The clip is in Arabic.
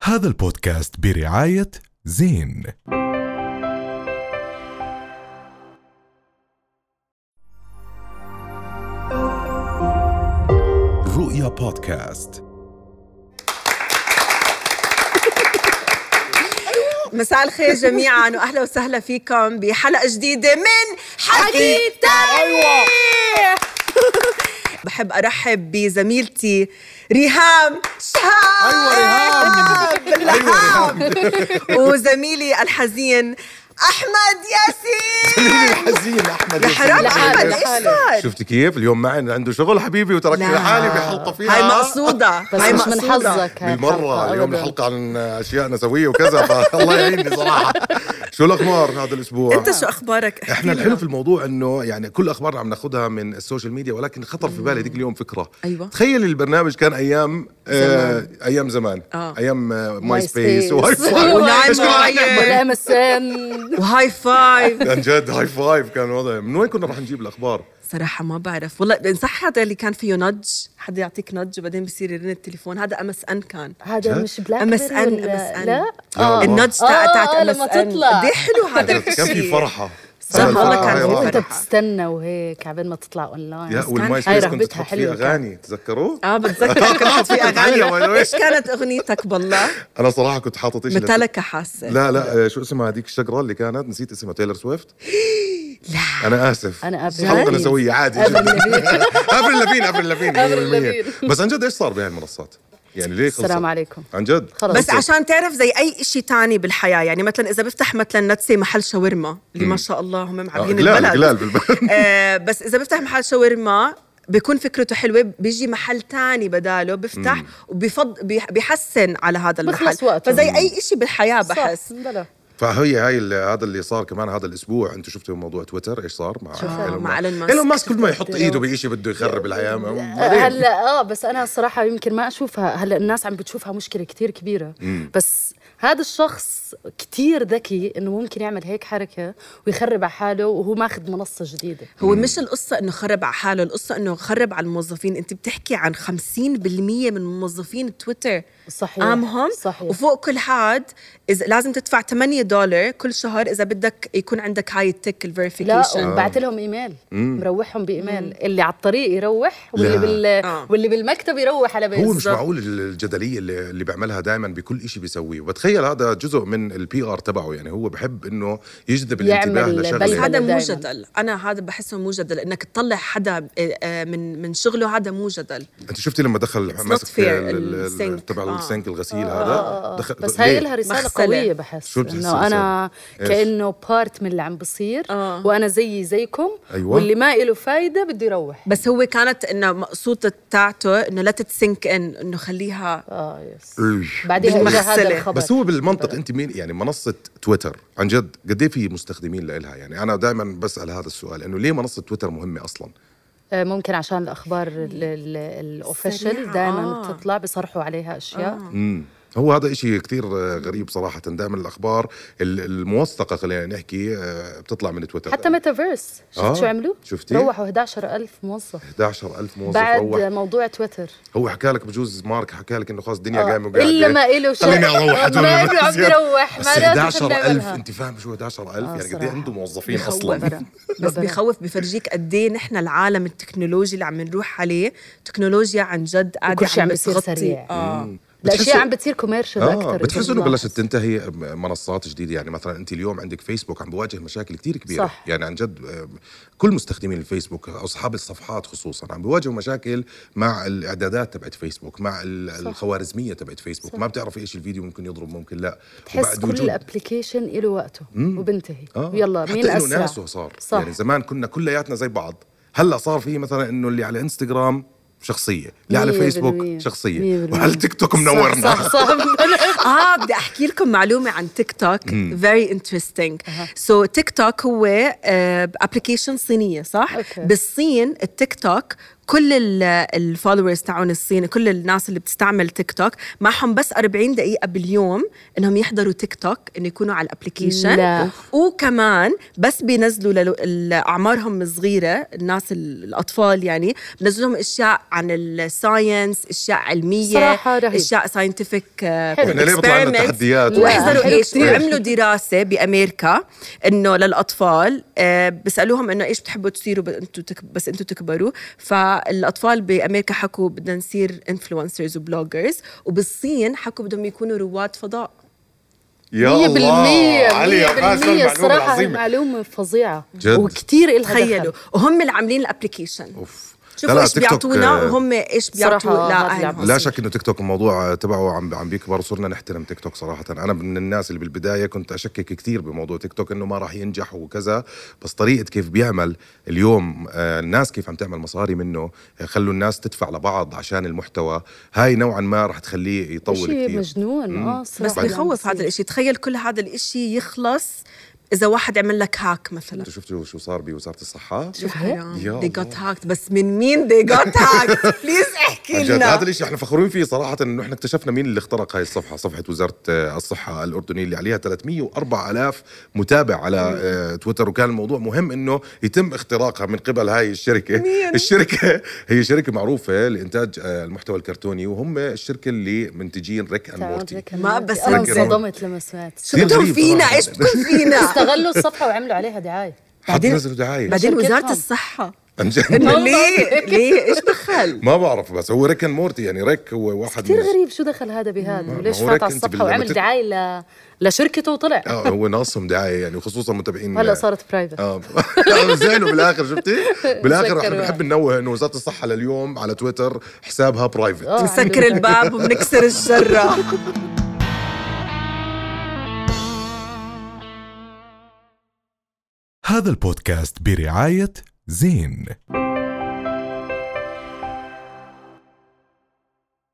هذا البودكاست برعاية زين. رؤيا بودكاست. مساء الخير جميعاً وأهلا وسهلا فيكم بحلقة جديدة من حكي تاريخ. بحب أرحب بزميلتي ريهام شهاب. ريهام. وزميلي الحزين أحمد ياسين. الحزين أحمد يا حرام أحمد، إيش صار؟ شفتي كيف اليوم معي عنده شغل حبيبي وتركني لحالي بحلقة فيها. هاي مقصودة، هاي مش من حظك بالمرة. اليوم الحلقة عن أشياء نسوية وكذا، فالله يعيني صراحة. شو الأخبار هذا الأسبوع؟ أنت شو أخبارك؟ إحنا الحلو في الموضوع إنه يعني كل أخبارنا عم ناخدها من السوشيال ميديا، ولكن خطر في بالي ديك اليوم فكرة. أيوة. تخيل البرنامج كان أيام زمان. أيام ماي سبيس وهاي فايف ولا MSN وهاي فايف. عن جد هاي فايف كان وضع. من وين كنا رح نجيب الأخبار؟ صراحة ما بعرف والله. صح هذا اللي كان فيه نج، حدا يعطيك نج وبعدين بيصير يرن التليفون. هذا MSN كان. هذا مش بلاك MSN. لا النج تاعت لما MSN. تطلع. قد ايه حلو هذا كان في الشيء. فرحة. صح والله كان في انت فرحة. بتستنى وهيك عبال ما تطلع اونلاين. يا والماي هاي سبيس كنت رغبتها تحط فيه حلوة أغاني، تذكروه؟ بتذكر كنت حاط في عليا by the اغاني. way. ايش كانت اغنيتك بالله؟ أنا صراحة كنت حاطط إيش متلكة حاسة. لا شو اسمها هذيك الشجرة اللي كانت، نسيت اسمها، تايلر سويفت. لا أنا آسف. أنا أبرد. حلقة نسوية عادي. أفرل لفين. لفين. بس عن جد إيش صار بهاي المنصات؟ يعني ليه خلصت؟ السلام عليكم. عن جد خلص. بس عشان تعرف زي أي إشي تاني بالحياة، يعني مثلا إذا بفتح مثلا نتسي محل شاورما اللي ما شاء الله هم معبين البلد. قلال بالبلد. بس إذا بفتح محل شاورما بيكون فكرته حلوة، بيجي محل تاني بداله بيفتح بيحسن على هذا المحل. بخلص وقته. فزي أي إشي بالحياة بحس. فهي هذا اللي صار كمان هذا الاسبوع. انتم شفتوا موضوع تويتر ايش صار مع إيلون ماسك. إيلون ماسك كل ما يحط ايده بشيء بده يخرب الحياه. هلا بس انا الصراحه يمكن ما اشوفها هلا، الناس عم بتشوفها مشكله كتير كبيره. بس هذا الشخص كتير ذكي انه ممكن يعمل هيك حركه ويخرب على حاله وهو ماخذ منصه جديده. هو مش القصه انه خرب على حاله، القصه انه خرب على الموظفين. انت بتحكي عن 50% من موظفين تويتر صحيح قامهم. صحيح. وفوق كل هاد إذا لازم تدفع $8 كل شهر اذا بدك يكون عندك هاي التك لا الفيريفيكيشن. وبعت لهم ايميل مروحهم بايميل. اللي على الطريق يروح واللي بالمكتب يروح على بيته. هو مش معقول الجدليه اللي بيعملها دائما بكل إشي بيسويه. وبتخيل هذا جزء من الPR تبعه، يعني هو بحب انه يجذب الانتباه لشغله. هذا مو جدل. انا هذا بحسه مو جدل، انك تطلع حدا من شغله. هذا مو جدل. انت شفتي لما دخل ماسك تبع السنك الغسيل هذا دخل. بس هاي لها رساله قويه بحس انه انا كانه بارت من اللي عم بصير. وانا زيكم. أيوة. واللي ما له فايده بده يروح. بس هو كانت انه مقصوده تاعته انه لا تتسنك انه خليها يس. بعدين اجى هذا الخبر. بس هو بالمنطق انت مين يعني منصه تويتر عن جد قد ايه في مستخدمين لها؟ يعني انا دائما بسال هذا السؤال، انه ليه منصه تويتر مهمه اصلا؟ ممكن عشان الاخبار الاوفيشال دائما تطلع بيصرحوا عليها اشياء. هو هذا إشي كتير غريب صراحة. دائما الأخبار الموثقة خلينا نحكي بتطلع من تويتر. حتى ميتافيرس شفت شو عملوا؟ شفتي؟ روحوا 11,000 موظف. 11,000 موظف بعد روح. موضوع تويتر. هو حكى لك بجوز مارك حكى لك إنه خلاص الدنيا قايمة وقاعدة إلا ما إله شيء. خليني أروح. ما عم بيروح. بس 11,000 أنت فاهم شو 11,000 يعني قد إيه عنده موظفين أصلا. بس بيخوف. بيفرجيك قد إيه نحن العالم التكنولوجي اللي عم نروح عليه تكنولوجيا عن جد قاعدة عم بتصير سريع. الاشياء عم بتصير كوميرشال اكثر. بتحسوا انه بلشت تنتهي منصات جديده. يعني مثلا انت اليوم عندك فيسبوك عم بواجه مشاكل كتير كبيره. صح. يعني عن جد كل مستخدمين الفيسبوك اصحاب الصفحات خصوصا عم بواجهوا مشاكل مع الاعدادات تبعت فيسبوك، مع الخوارزميه تبعت فيسبوك. ما بتعرف ايش الفيديو ممكن يضرب ممكن لا. تحس كل ابلكيشن له وقته وبنتهي. يلا مين حتى اسرع. ناسه صار. يعني زمان كنا كلياتنا زي بعض. هلا صار في مثلا انه اللي على انستغرام شخصية، اللي على فيسبوك شخصية، وعلى تيك توك منورنا. صح. بدي أحكي لكم معلومة عن تيك توك very interesting. so تيك توك هو application صينية صح؟ بالصين التيك توك كل الفولورز تاعون الصين، كل الناس اللي بتستعمل تيك توك معهم بس 40 دقيقة باليوم إنهم يحضروا تيك توك، إنه يكونوا على الابليكيشن. وكمان بس بينزلوا لأعمارهم الصغيرة، الناس الأطفال يعني، بنزلهم أشياء عن الساينس، أشياء علمية، أشياء ساينتفك اكسبيرمنتس. ويحضروا إيش، وعملوا دراسة بأمريكا إنه للأطفال بيسألوهم إنه إيش بتحبوا تصيروا بس أنتوا تكبروا. فالأطفال بأمريكا حكوا بدنا نصير انفلونسرز وبلوجرز، وبالصين حكوا بدهم يكونوا رواد فضاء. يا الله علي، الصراحة المعلومة فظيعة جد. وكتير إلها تخيلوا، وهم اللي عاملين الابليكيشن. شوفوا ايش بيعطونا وهم ايش بيعطوا لا شك انه تيك توك الموضوع تبعه عم بيكبر، وصرنا نحترم تيك توك صراحه. انا من الناس اللي بالبدايه كنت اشكك كثير بموضوع تيك توك انه ما راح ينجح وكذا، بس طريقه كيف بيعمل اليوم الناس كيف عم تعمل مصاري منه، خلوا الناس تدفع لبعض عشان المحتوى، هاي نوعا ما راح تخليه يطول كثير. مجنون. بس بيخوف هذا الاشي. تخيل كل هذا الاشي يخلص إذا واحد عمل لك هاك مثلا. شفتوا شو صار بوزارة الصحة؟ شو حرام they got hacked. بس من مين they got hacked؟ بليز احكي لنا. هذا الاشي احنا فخورين فيه صراحة، انه احنا اكتشفنا مين اللي اخترق هاي الصفحة، صفحة وزارة الصحة الأردنية اللي عليها 304,000 متابع على تويتر. وكان الموضوع مهم انه يتم اختراقها من قبل هاي الشركة. الشركة هي شركة معروفة لإنتاج المحتوى الكرتوني، وهم الشركة اللي منتجين ريك أند مورتي. ما بس أنا انصدمت لما سمعت. شو بدهم فينا؟ ايش بدهم فينا؟ استغلوا الصفحة وعملوا عليها دعاية. بعدين نزلوا دعاية. بعدين وزارة الصحة ليه ايش دخل؟ ما بعرف، بس هو ريك اند مورتي يعني ريك هو واحد كثير غريب شو دخل هذا بهذا، وليش فات على الصفحة وعمل دعاية لشركته وطلع. هو ناصهم دعاية يعني، وخصوصا متابعين. هلا صارت برايفت. زعلوا بالاخر. شفتي بالاخر احنا بنحب ننوه انه وزارة الصحة لليوم على تويتر حسابها برايفت. نسكر الباب وبنكسر الشرة. هذا البودكاست برعاية زين.